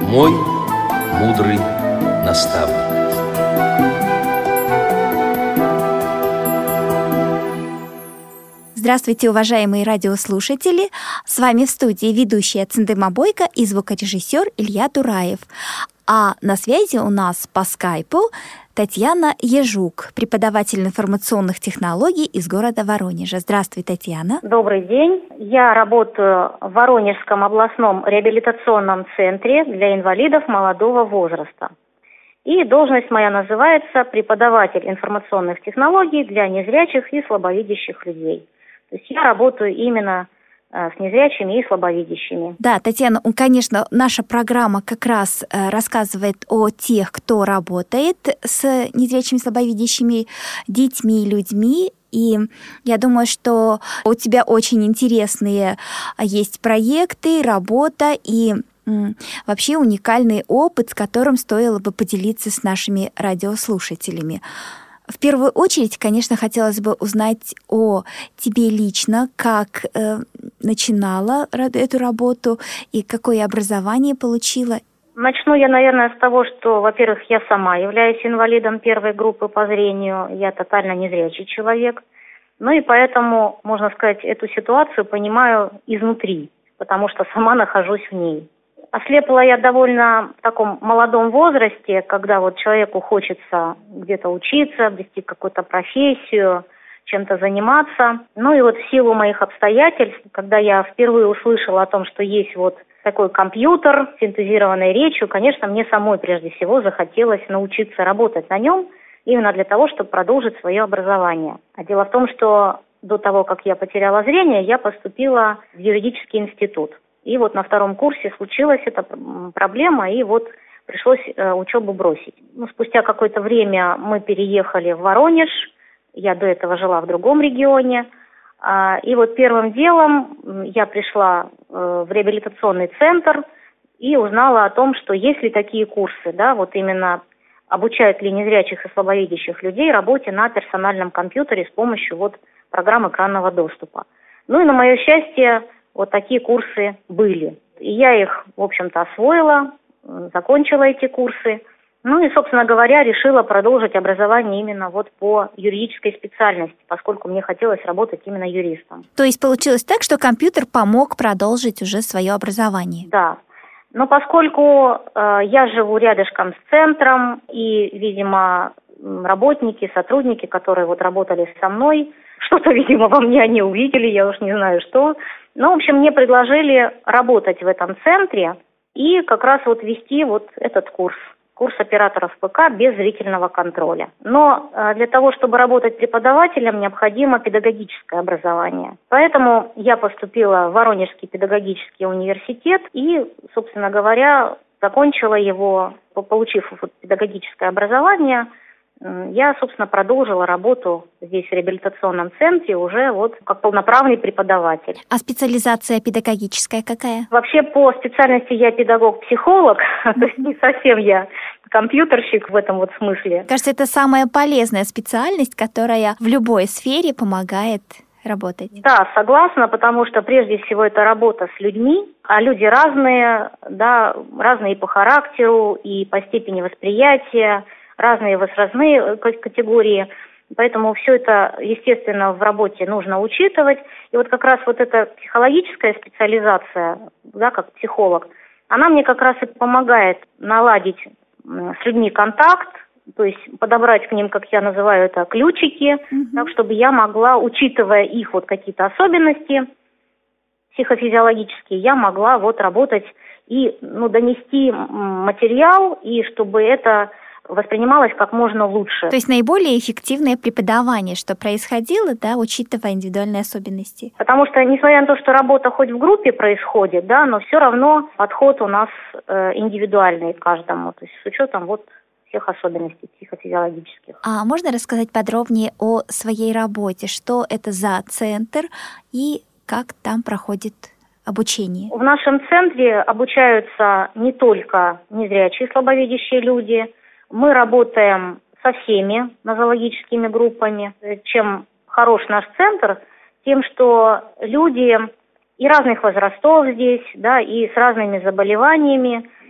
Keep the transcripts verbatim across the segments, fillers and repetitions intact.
Мой мудрый наставник. Здравствуйте, уважаемые радиослушатели! С вами в студии ведущая Цендема Бойко и звукорежиссер Илья Тураев. А на связи у нас по скайпу Татьяна Ежук, преподаватель информационных технологий из города Воронежа. Здравствуй, Татьяна. Добрый день. Я работаю в Воронежском областном реабилитационном центре для инвалидов молодого возраста. И должность моя называется преподаватель информационных технологий для незрячих и слабовидящих людей. То есть я работаю именно с незрячими и слабовидящими. Да, Татьяна, конечно, наша программа как раз рассказывает о тех, кто работает с незрячими и слабовидящими детьми и людьми. И я думаю, что у тебя очень интересные есть проекты, работа и вообще уникальный опыт, с которым стоило бы поделиться с нашими радиослушателями. В первую очередь, конечно, хотелось бы узнать о тебе лично, как э, начинала эту работу и какое образование получила. Начну я, наверное, с того, что, во-первых, я сама являюсь инвалидом первой группы по зрению, я тотально незрячий человек. Ну и поэтому, можно сказать, эту ситуацию понимаю изнутри, потому что сама нахожусь в ней. Ослепла я довольно в таком молодом возрасте, когда вот человеку хочется где-то учиться, обрести какую-то профессию, чем-то заниматься. Ну и вот в силу моих обстоятельств, когда я впервые услышала о том, что есть вот такой компьютер с синтезированной речью, конечно, мне самой прежде всего захотелось научиться работать на нем, именно для того, чтобы продолжить свое образование. А дело в том, что до того, как я потеряла зрение, я поступила в юридический институт. И вот на втором курсе случилась эта проблема, и вот пришлось э, учебу бросить. Ну, спустя какое-то время мы переехали в Воронеж, я до этого жила в другом регионе, э, и вот первым делом я пришла э, в реабилитационный центр и узнала о том, что есть ли такие курсы, да, вот именно обучают ли незрячих и слабовидящих людей работе на персональном компьютере с помощью вот программ экранного доступа. Ну и на мое счастье, вот такие курсы были. И я их, в общем-то, освоила, закончила эти курсы. Ну и, собственно говоря, решила продолжить образование именно вот по юридической специальности, поскольку мне хотелось работать именно юристом. То есть получилось так, что компьютер помог продолжить уже свое образование? Да. Но поскольку э, я живу рядышком с центром, и, видимо, работники, сотрудники, которые вот работали со мной, что-то, видимо, во мне они увидели, я уж не знаю что. Ну, в общем, мне предложили работать в этом центре и как раз вот вести вот этот курс, курс операторов ПК без зрительного контроля. Но э, для того, чтобы работать преподавателем, необходимо педагогическое образование. Поэтому я поступила в Воронежский педагогический университет и, собственно говоря, закончила его, получив вот педагогическое образование. Я, собственно, продолжила работу здесь в реабилитационном центре уже вот как полноправный преподаватель. А специализация педагогическая какая? Вообще по специальности я педагог-психолог, то есть не совсем я компьютерщик в этом вот смысле. Кажется, это самая полезная специальность, которая в любой сфере помогает работать. Да, согласна, потому что прежде всего это работа с людьми, а люди разные, да, разные по характеру и по степени восприятия, разные возрастные категории, поэтому все это, естественно, в работе нужно учитывать. И вот как раз вот эта психологическая специализация, да, как психолог, она мне как раз и помогает наладить с людьми контакт, то есть подобрать к ним, как я называю это, ключики, mm-hmm. так, чтобы я могла, учитывая их вот какие-то особенности психофизиологические, я могла вот работать и, ну, донести материал, и чтобы это воспринималось как можно лучше. То есть наиболее эффективное преподавание, что происходило, да, учитывая индивидуальные особенности. Потому что, несмотря на то, что работа хоть в группе происходит, да, но все равно подход у нас э, индивидуальный к каждому, то есть с учетом вот всех особенностей психофизиологических. А можно рассказать подробнее о своей работе? Что это за центр и как там проходит обучение? В нашем центре обучаются не только незрячие слабовидящие люди. Мы работаем со всеми нозологическими группами. Чем хорош наш центр? Тем, что люди и разных возрастов здесь, да, и с разными заболеваниями,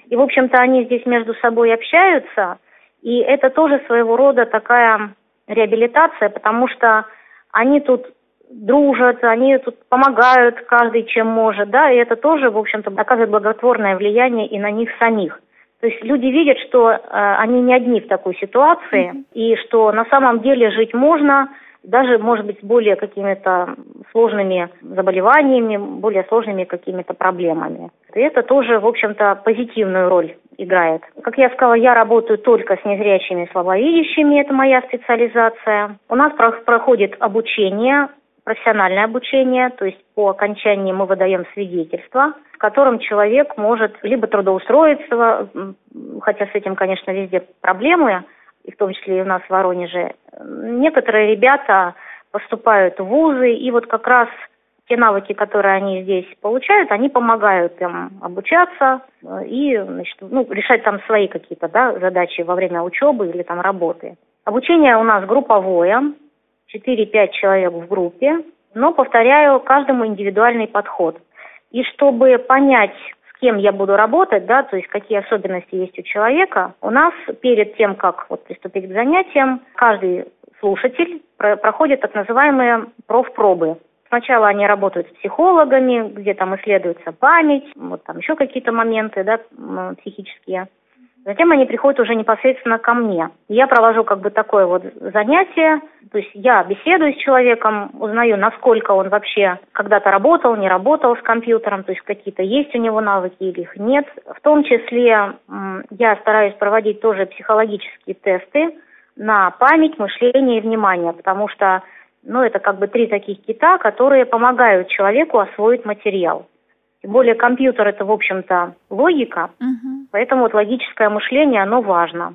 И, в общем-то, они здесь между собой общаются, и это тоже своего рода такая реабилитация, потому что они тут дружат, они тут помогают каждый чем может, да, и это тоже, в общем-то, оказывает благотворное влияние и на них самих. То есть люди видят, что э, они не одни в такой ситуации, mm-hmm. и что на самом деле жить можно, даже, может быть, с более какими-то сложными заболеваниями, более сложными какими-то проблемами. И это тоже, в общем-то, позитивную роль играет. Как я сказала, я работаю только с незрячими и слабовидящими, это моя специализация. У нас проходит обучение, профессиональное обучение, то есть по окончании мы выдаем свидетельство, в котором человек может либо трудоустроиться, хотя с этим, конечно, везде проблемы, и в том числе и у нас в Воронеже. Некоторые ребята поступают в вузы, и вот как раз те навыки, которые они здесь получают, они помогают им обучаться и, значит, ну, решать там свои какие-то, да, задачи во время учебы или там работы. Обучение у нас групповое, четыре-пять человек в группе, но, повторяю, каждому индивидуальный подход. И чтобы понять, с кем я буду работать, да, то есть какие особенности есть у человека, у нас перед тем, как вот приступить к занятиям, каждый слушатель про- проходит так называемые профпробы. Сначала они работают с психологами, где там исследуется память, вот там еще какие-то моменты, да, психические. Затем они приходят уже непосредственно ко мне. Я провожу как бы такое вот занятие, то есть я беседую с человеком, узнаю, насколько он вообще когда-то работал, не работал с компьютером, то есть какие-то есть у него навыки или их нет. В том числе я стараюсь проводить тоже психологические тесты на память, мышление и внимание, потому что, ну, это как бы три таких кита, которые помогают человеку освоить материал. Тем более компьютер – это, в общем-то, логика, uh-huh. поэтому вот логическое мышление, оно важно.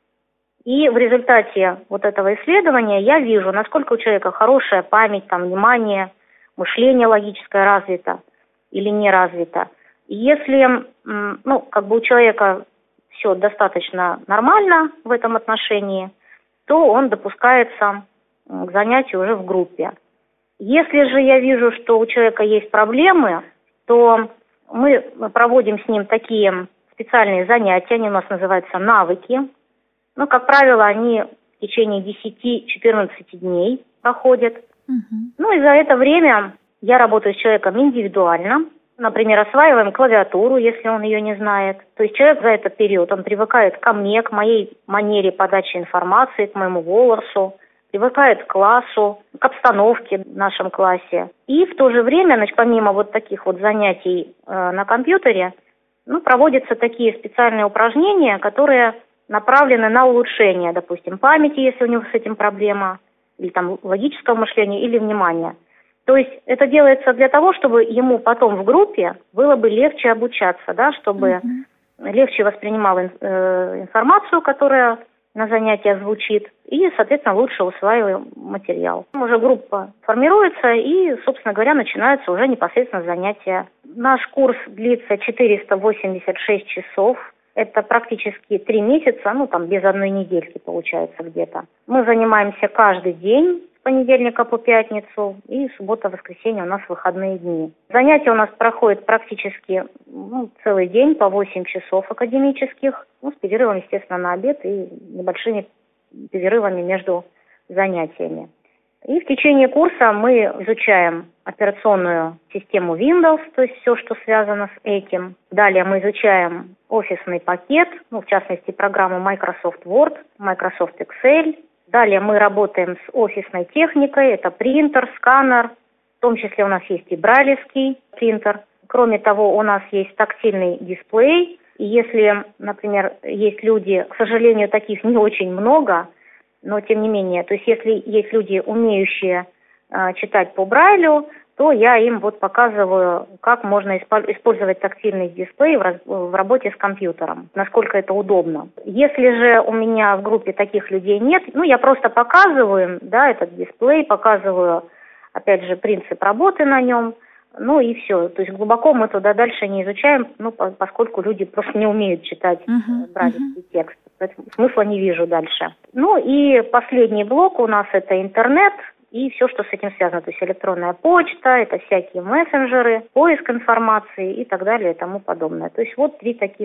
И в результате вот этого исследования я вижу, насколько у человека хорошая память, там, внимание, мышление логическое развито или не развито. И если, ну, как бы у человека все достаточно нормально в этом отношении, то он допускается к занятию уже в группе. Если же я вижу, что у человека есть проблемы, то мы проводим с ним такие специальные занятия, они у нас называются навыки. Ну, как правило, они в течение десяти-четырнадцати дней проходят. Uh-huh. Ну, и за это время я работаю с человеком индивидуально. Например, осваиваем клавиатуру, если он ее не знает. То есть человек за этот период, он привыкает ко мне, к моей манере подачи информации, к моему голосу, привыкает к классу, к обстановке в нашем классе. И в то же время, значит, помимо вот таких вот занятий э, на компьютере, ну, проводятся такие специальные упражнения, которые направлены на улучшение, допустим, памяти, если у него с этим проблема, или там логического мышления, или внимания. То есть это делается для того, чтобы ему потом в группе было бы легче обучаться, да, чтобы mm-hmm. легче воспринимал э, информацию, которая на занятиях звучит, и, соответственно, лучше усваиваем материал. Уже группа формируется, и, собственно говоря, начинаются уже непосредственно занятия. Наш курс длится четыреста восемьдесят шесть часов. Это практически три месяца, ну, там, без одной недельки получается где-то. Мы занимаемся каждый день, с понедельника по пятницу, и суббота-воскресенье у нас выходные дни. Занятия у нас проходят практически, ну, целый день, по восемь часов академических, ну, с перерывом, естественно, на обед и небольшими перерывами между занятиями. И в течение курса мы изучаем операционную систему Windows, то есть все, что связано с этим. Далее мы изучаем офисный пакет, ну, в частности, программу Microsoft Word, Microsoft Excel. Далее мы работаем с офисной техникой, это принтер, сканер, в том числе у нас есть и брайлевский принтер. Кроме того, у нас есть тактильный дисплей, и если, например, есть люди, к сожалению, таких не очень много, но тем не менее, то есть если есть люди, умеющие э, читать по Брайлю, то я им вот показываю, как можно исп- использовать тактильный дисплей в, раз- в работе с компьютером, насколько это удобно. Если же у меня в группе таких людей нет, ну, я просто показываю им, да, этот дисплей, показываю, опять же, принцип работы на нем, ну и все. То есть глубоко мы туда дальше не изучаем, ну, по- поскольку люди просто не умеют читать uh-huh, брайлевский uh-huh. текст. Поэтому смысла не вижу дальше. Ну и последний блок у нас это интернет и все, что с этим связано. То есть электронная почта, это всякие мессенджеры, поиск информации и так далее и тому подобное. То есть вот три таких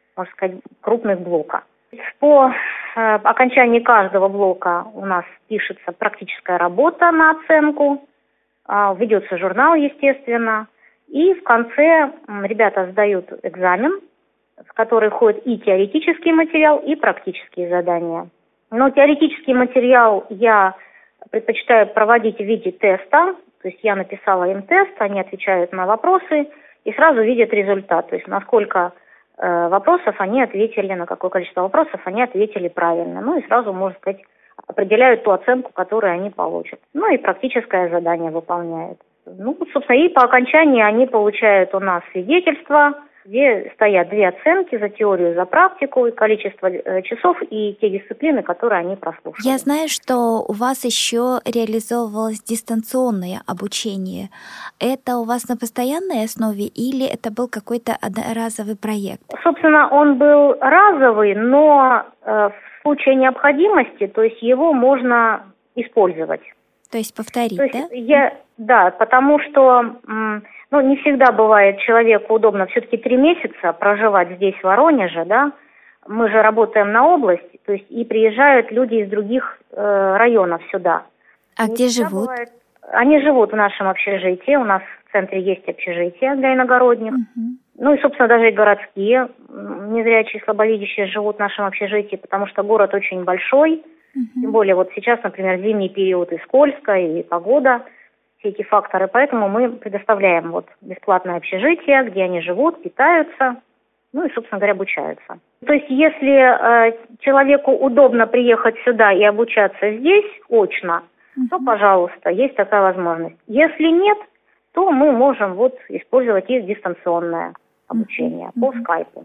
можно сказать, крупных блока. По э, окончании каждого блока у нас пишется практическая работа на оценку, э, ведется журнал, естественно, и в конце э, ребята сдают экзамен, в который входит и теоретический материал, и практические задания. Но теоретический материал я предпочитаю проводить в виде теста, то есть я написала им тест, они отвечают на вопросы и сразу видят результат, то есть насколько э, вопросов они ответили, на какое количество вопросов они ответили правильно. Ну и сразу, можно сказать, определяют ту оценку, которую они получат. Ну и практическое задание выполняют. Ну, собственно, и по окончании они получают у нас свидетельство, где стоят две оценки за теорию, за практику, и количество э, часов и те дисциплины, которые они прослушали. Я знаю, что у вас еще реализовывалось дистанционное обучение. Это у вас на постоянной основе или это был какой-то одноразовый проект? Собственно, он был разовый, но э, в случае необходимости, то есть его можно использовать. То есть повторить, то есть да? Я, да, потому что... М- Ну, не всегда бывает человеку удобно все-таки три месяца проживать здесь, в Воронеже, да. Мы же работаем на область, то есть и приезжают люди из других э, районов сюда. А не где живут? Бывает... Они живут в нашем общежитии, у нас в центре есть общежитие для иногородних. Угу. Ну и, собственно, даже и городские незрячие, слабовидящие живут в нашем общежитии, потому что город очень большой. Угу. Тем более вот сейчас, например, зимний период, и скользко, и погода. Все эти факторы, поэтому мы предоставляем вот бесплатное общежитие, где они живут, питаются, ну и, собственно говоря, обучаются. То есть, если э, человеку удобно приехать сюда и обучаться здесь очно, mm-hmm. то, пожалуйста, есть такая возможность. Если нет, то мы можем вот использовать и дистанционное обучение mm-hmm. по скайпу.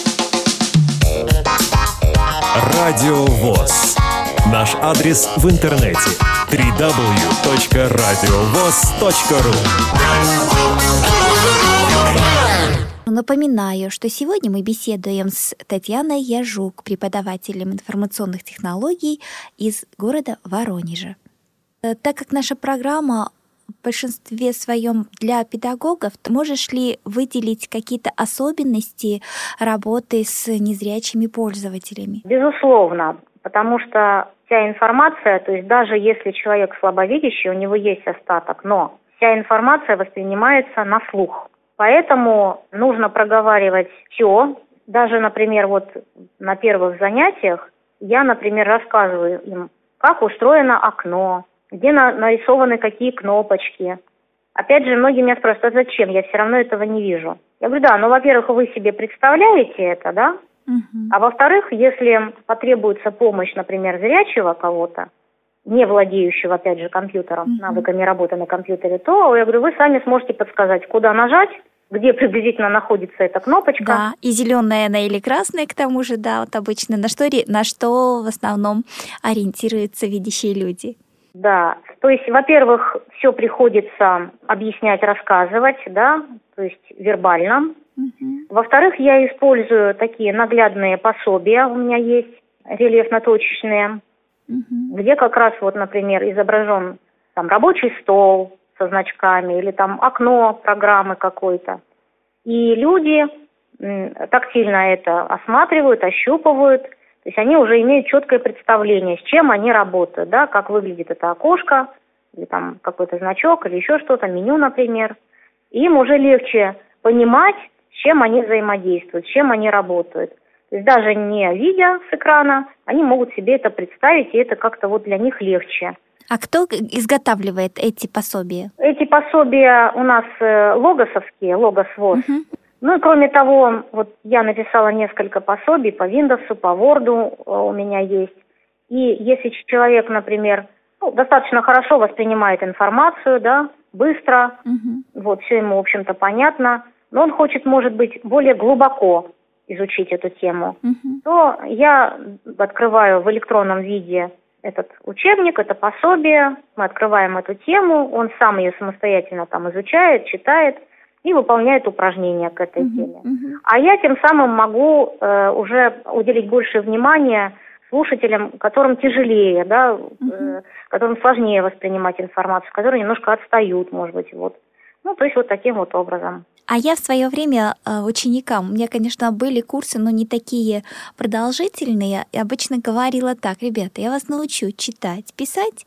Радио ВОС. Наш адрес в интернете дабл ю дабл ю дабл ю точка радио вос точка ру. Напоминаю, что сегодня мы беседуем с Татьяной Яжук, преподавателем информационных технологий из города Воронежа. Так как наша программа в большинстве своем для педагогов, можешь ли выделить какие-то особенности работы с незрячими пользователями? Безусловно, потому что вся информация, то есть даже если человек слабовидящий, у него есть остаток, но вся информация воспринимается на слух. Поэтому нужно проговаривать все. Даже, например, вот на первых занятиях я, например, рассказываю им, как устроено окно, где на- нарисованы какие кнопочки. Опять же, многие меня спрашивают, а зачем? Я все равно этого не вижу. Я говорю, да, ну, во-первых, вы себе представляете это, да? Uh-huh. А во-вторых, если потребуется помощь, например, зрячего кого-то, не владеющего, опять же, компьютером, uh-huh. навыками работы на компьютере, то, я говорю, вы сами сможете подсказать, куда нажать, где приблизительно находится эта кнопочка. Да, и зеленая она или красная, к тому же, да, вот обычно на что, на что в основном ориентируются видящие люди. Да, то есть, во-первых, все приходится объяснять, рассказывать, да, то есть вербально. Uh-huh. Во-вторых, я использую такие наглядные пособия, у меня есть рельефно-точечные, uh-huh. где как раз вот, например, изображен там рабочий стол со значками или там окно программы какой-то. И люди м, тактильно это осматривают, ощупывают, то есть они уже имеют четкое представление, с чем они работают, да, как выглядит это окошко, или там какой-то значок, или еще что-то, меню, например. И им уже легче понимать, с чем они взаимодействуют, с чем они работают. То есть даже не видя с экрана, они могут себе это представить, и это как-то вот для них легче. А кто изготавливает эти пособия? Эти пособия у нас э, логосовские, Логос ВОС. Uh-huh. Ну и кроме того, вот я написала несколько пособий по Windows, по Word у меня есть. И если человек, например, ну, достаточно хорошо воспринимает информацию, да, быстро, uh-huh. вот, все ему, в общем-то, понятно, но он хочет, может быть, более глубоко изучить эту тему, uh-huh. то я открываю в электронном виде этот учебник, это пособие, мы открываем эту тему, он сам ее самостоятельно там изучает, читает и выполняет упражнения к этой uh-huh. теме. Uh-huh. А я тем самым могу э, уже уделить больше внимания слушателям, которым тяжелее, да, uh-huh. э, которым сложнее воспринимать информацию, которые немножко отстают, может быть, вот. Ну, то есть вот таким вот образом. А я в свое время ученикам, у меня, конечно, были курсы, но не такие продолжительные, и обычно говорила так: ребята, я вас научу читать, писать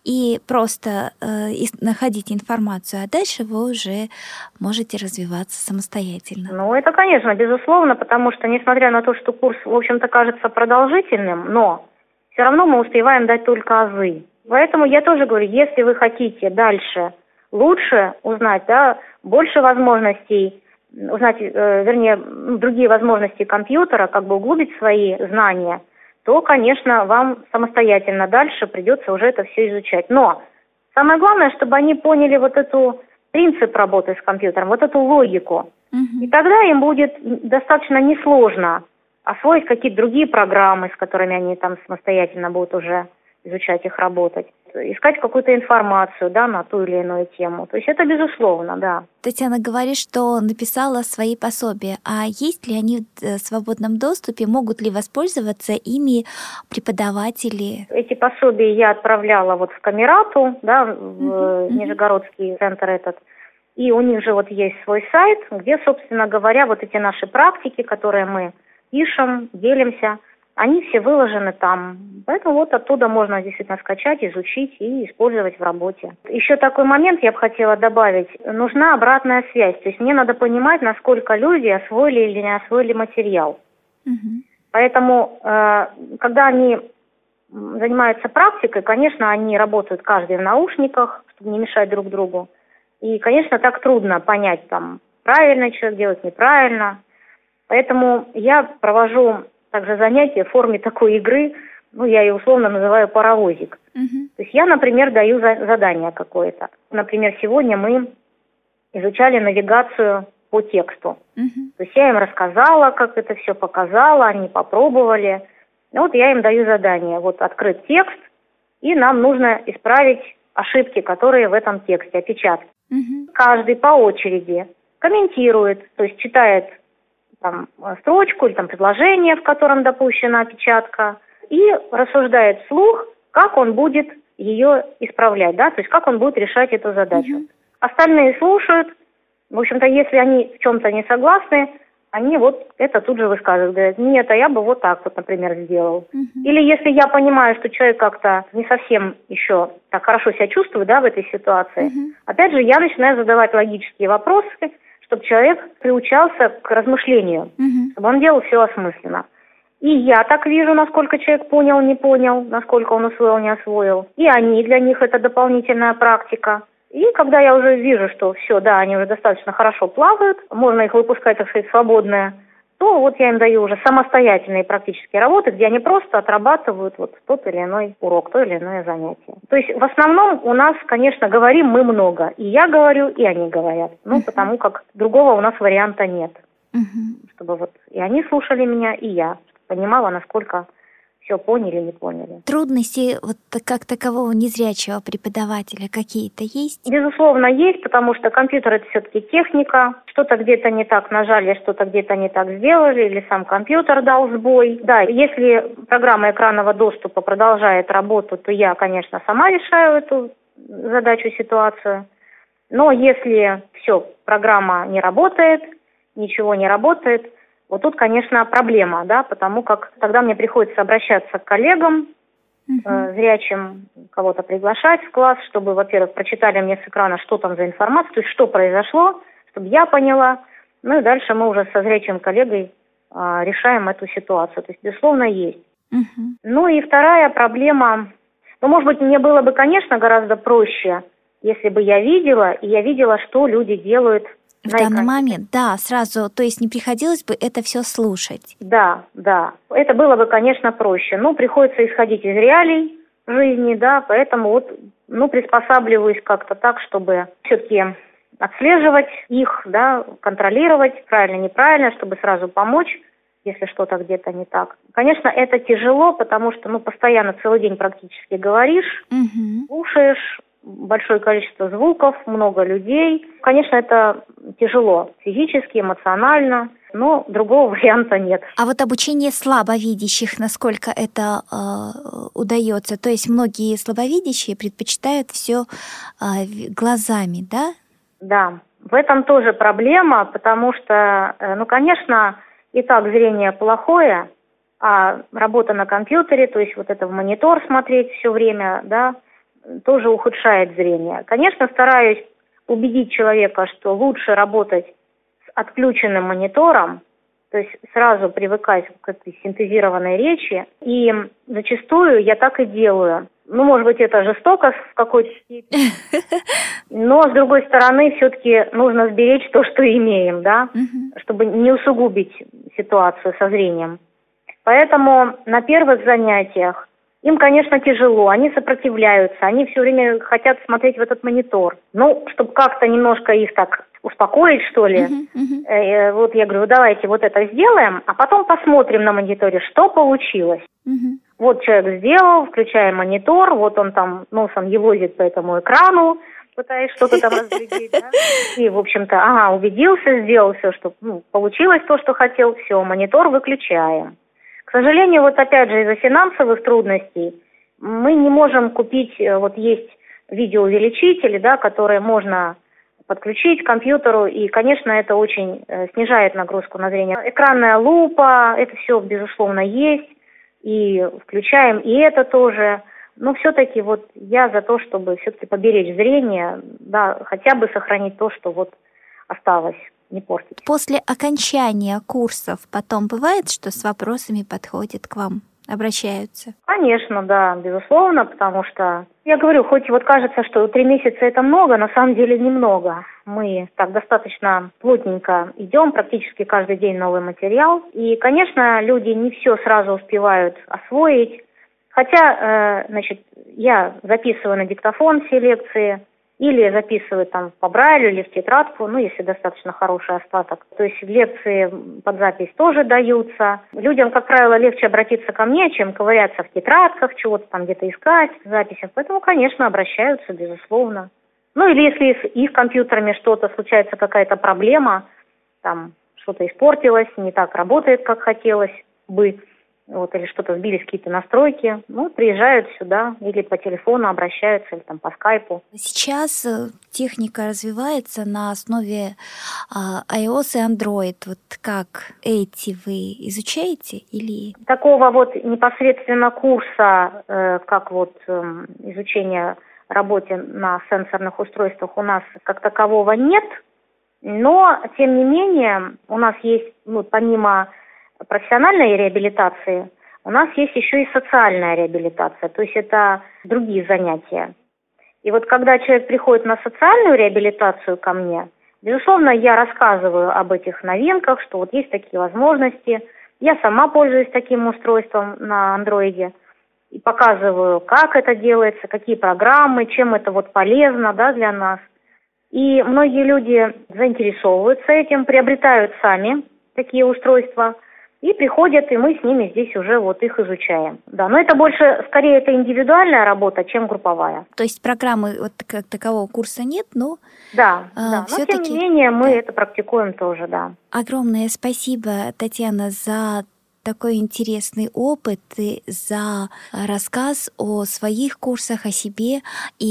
и просто э, находить информацию, а дальше вы уже можете развиваться самостоятельно. Ну, это, конечно, безусловно, потому что, несмотря на то, что курс, в общем-то, кажется продолжительным, но все равно мы успеваем дать только азы. Поэтому я тоже говорю, если вы хотите дальше лучше узнать, да, больше возможностей, узнать, э, вернее, другие возможности компьютера, как бы углубить свои знания, то, конечно, вам самостоятельно дальше придется уже это все изучать. Но самое главное, чтобы они поняли вот эту принцип работы с компьютером, вот эту логику. Mm-hmm. И тогда им будет достаточно несложно освоить какие-то другие программы, с которыми они там самостоятельно будут уже изучать их, работать, искать какую-то информацию, да, на ту или иную тему. То есть это безусловно, да. Татьяна говорит, что написала свои пособия. А есть ли они в свободном доступе? Могут ли воспользоваться ими преподаватели? Эти пособия я отправляла вот в Камерату, да, в uh-huh, Нижегородский uh-huh. центр этот. И у них же вот есть свой сайт, где, собственно говоря, вот эти наши практики, которые мы пишем, делимся, они все выложены там. Поэтому вот оттуда можно действительно скачать, изучить и использовать в работе. Еще такой момент я бы хотела добавить. Нужна обратная связь. То есть мне надо понимать, насколько люди освоили или не освоили материал. Угу. Поэтому, э, когда они занимаются практикой, конечно, они работают каждый в наушниках, чтобы не мешать друг другу. И, конечно, так трудно понять, там, правильно человек делает, неправильно. Поэтому я провожу также занятия в форме такой игры, ну, я ее условно называю паровозик. Uh-huh. То есть я, например, даю за- задание какое-то. Например, сегодня мы изучали навигацию по тексту. Uh-huh. То есть я им рассказала, как это все показала, они попробовали. И вот я им даю задание. Вот открыт текст, и нам нужно исправить ошибки, которые в этом тексте, опечатки. Uh-huh. Каждый по очереди комментирует, то есть читает там строчку или там предложение, в котором допущена опечатка, и рассуждает вслух, как он будет ее исправлять, да, то есть как он будет решать эту задачу. Mm-hmm. Остальные слушают, в общем-то, если они в чем-то не согласны, они вот это тут же высказывают, говорят, нет, а я бы вот так вот, например, сделал. Mm-hmm. Или если я понимаю, что человек как-то не совсем еще так хорошо себя чувствует, да, в этой ситуации, mm-hmm. опять же, я начинаю задавать логические вопросы, чтобы человек приучался к размышлению, mm-hmm. чтобы он делал все осмысленно. И я так вижу, насколько человек понял, не понял, насколько он усвоил, не освоил. И они, для них это дополнительная практика. И когда я уже вижу, что все, да, они уже достаточно хорошо плавают, можно их выпускать, так сказать, свободные, то вот я им даю уже самостоятельные практические работы, где они просто отрабатывают вот тот или иной урок, то или иное занятие. То есть в основном у нас, конечно, говорим мы много. И я говорю, и они говорят. Ну, uh-huh. потому как другого у нас варианта нет. Uh-huh. Чтобы вот и они слушали меня, и я понимала, насколько все поняли, не поняли. Трудности вот как такового незрячего преподавателя какие-то есть? Безусловно, есть, потому что компьютер — это все-таки техника. Что-то где-то не так нажали, что-то где-то не так сделали, или сам компьютер дал сбой. Да, если программа экранного доступа продолжает работу, то я, конечно, сама решаю эту задачу, ситуацию. Но если все, программа не работает, ничего не работает, вот тут, конечно, проблема, да, потому как тогда мне приходится обращаться к коллегам, uh-huh. э, зрячим, кого-то приглашать в класс, чтобы, во-первых, прочитали мне с экрана, что там за информация, то есть что произошло, чтобы я поняла. Ну и дальше мы уже со зрячим коллегой э, решаем эту ситуацию. То есть, безусловно, есть. Uh-huh. Ну и вторая проблема, ну, может быть, мне было бы, конечно, гораздо проще, если бы я видела, и я видела, что люди делают в данный момент, да, сразу, то есть не приходилось бы это все слушать. Да, да, это было бы, конечно, проще. Ну, приходится исходить из реалий жизни, да, поэтому вот, ну, приспосабливаюсь как-то так, чтобы все-таки отслеживать их, да, контролировать, правильно, неправильно, чтобы сразу помочь, если что-то где-то не так. Конечно, это тяжело, потому что, ну, постоянно целый день практически говоришь, угу. слушаешь, большое количество звуков, много людей. Конечно, это тяжело физически, эмоционально, но другого варианта нет. А вот обучение слабовидящих, насколько это э, удается? То есть многие слабовидящие предпочитают все э, глазами, да, Да, в этом тоже проблема, потому что, ну, конечно, и так зрение плохое, а работа на компьютере, то есть вот это в монитор смотреть все время, да, тоже ухудшает зрение. Конечно, стараюсь убедить человека, что лучше работать с отключенным монитором, то есть сразу привыкать к этой синтезированной речи, и зачастую я так и делаю. Ну, может быть, это жестоко в какой-то степени, но, с другой стороны, все-таки нужно сберечь то, что имеем, да, uh-huh. чтобы не усугубить ситуацию со зрением. Поэтому на первых занятиях им, конечно, тяжело, они сопротивляются, они все время хотят смотреть в этот монитор. Ну, чтобы как-то немножко их так успокоить, что ли, uh-huh, uh-huh. Э, вот я говорю, давайте вот это сделаем, а потом посмотрим на мониторе, что получилось. Uh-huh. Вот человек сделал, включаем монитор, вот он там носом елозит по этому экрану, пытаясь что-то там разглядеть, да? И, в общем-то, ага, убедился, сделал все, что ну, получилось то, что хотел, все, монитор выключаем. К сожалению, вот опять же из-за финансовых трудностей мы не можем купить, вот есть видеоувеличители, да, которые можно подключить к компьютеру, и, конечно, это очень э, снижает нагрузку на зрение. Экранная лупа, это все, безусловно, есть, и включаем и это тоже. Но все-таки вот я за то, чтобы все-таки поберечь зрение, да, хотя бы сохранить то, что вот осталось, не портить. После окончания курсов потом бывает, что с вопросами подходят к вам, обращаются? Конечно, да, безусловно, потому что, я говорю, хоть вот кажется, что три месяца это много, на самом деле немного. Мы так достаточно плотненько идем, практически каждый день новый материал. И, конечно, люди не все сразу успевают освоить. Хотя, э, значит, я записываю на диктофон все лекции, или записываю там по Брайлю, или в тетрадку, ну, если достаточно хороший остаток. То есть лекции под запись тоже даются. Людям, как правило, легче обратиться ко мне, чем ковыряться в тетрадках, чего-то там где-то искать в записях. Поэтому, конечно, обращаются, безусловно. Ну, или если с их компьютерами что-то случается, какая-то проблема, там что-то испортилось, не так работает, как хотелось бы, вот, или что-то сбились какие-то настройки, ну, приезжают сюда или по телефону обращаются, или там по скайпу. Сейчас техника развивается на основе а, iOS и Android. Вот как эти вы изучаете или... Такого вот непосредственно курса, э, как вот э, изучение работе на сенсорных устройствах у нас как такового нет, но, тем не менее, у нас есть, ну, помимо профессиональной реабилитации, у нас есть еще и социальная реабилитация, то есть это другие занятия. И вот когда человек приходит на социальную реабилитацию ко мне, безусловно, я рассказываю об этих новинках, что вот есть такие возможности. Я сама пользуюсь таким устройством на андроиде и показываю, как это делается, какие программы, чем это вот полезно, да, для нас. И многие люди заинтересовываются этим, приобретают сами такие устройства и приходят, и мы с ними здесь уже вот их изучаем. Да, но это больше, скорее, это индивидуальная работа, чем групповая. То есть программы вот как такового курса нет, но... Да, а, да. Но тем не менее мы да. это практикуем тоже, да. Огромное спасибо, Татьяна, за такой интересный опыт и за рассказ о своих курсах, о себе.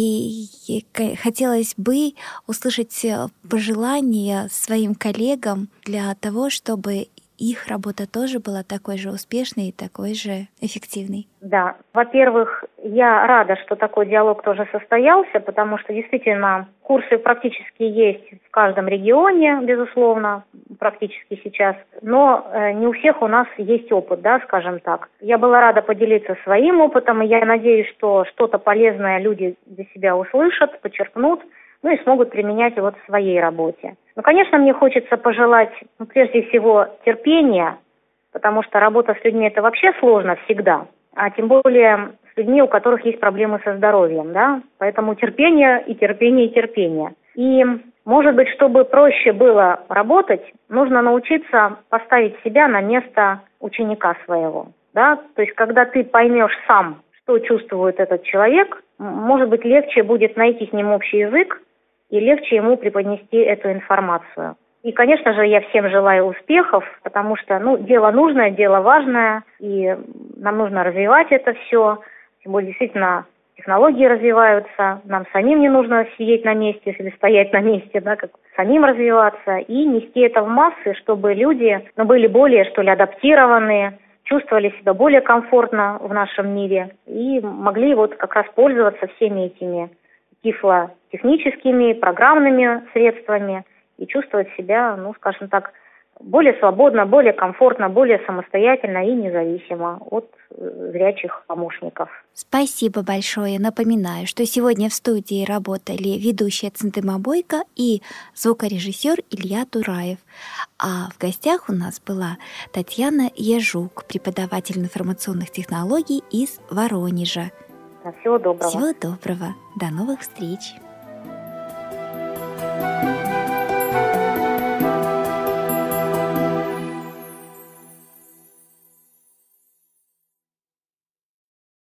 И хотелось бы услышать пожелания своим коллегам для того, чтобы их работа тоже была такой же успешной и такой же эффективной. Да. Во-первых, я рада, что такой диалог тоже состоялся, потому что действительно курсы практически есть в каждом регионе, безусловно, практически сейчас. Но э, не у всех у нас есть опыт, да, скажем так. Я была рада поделиться своим опытом, и я надеюсь, что что-то полезное люди для себя услышат, почерпнут, ну и смогут применять вот в своей работе. Ну, конечно, мне хочется пожелать, ну, прежде всего, терпения, потому что работа с людьми – это вообще сложно всегда, а тем более с людьми, у которых есть проблемы со здоровьем, да, поэтому терпение и терпение и терпение. И, может быть, чтобы проще было работать, нужно научиться поставить себя на место ученика своего, да, то есть когда ты поймешь сам, что чувствует этот человек, может быть, легче будет найти с ним общий язык, и легче ему преподнести эту информацию. И, конечно же, я всем желаю успехов, потому что, ну, дело нужное, дело важное, и нам нужно развивать это все. Тем более, действительно, технологии развиваются, нам самим не нужно сидеть на месте или стоять на месте, да, как самим развиваться и нести это в массы, чтобы люди, ну, были более, что ли, адаптированные, чувствовали себя более комфортно в нашем мире и могли вот как раз пользоваться всеми этими тифлотехническими, программными средствами и чувствовать себя, ну, скажем так, более свободно, более комфортно, более самостоятельно и независимо от зрячих помощников. Спасибо большое. Напоминаю, что сегодня в студии работали ведущая Центыма Бойко и звукорежиссер Илья Тураев. А в гостях у нас была Татьяна Ежук, преподаватель информационных технологий из Воронежа. Всего доброго. Всего доброго. До новых встреч.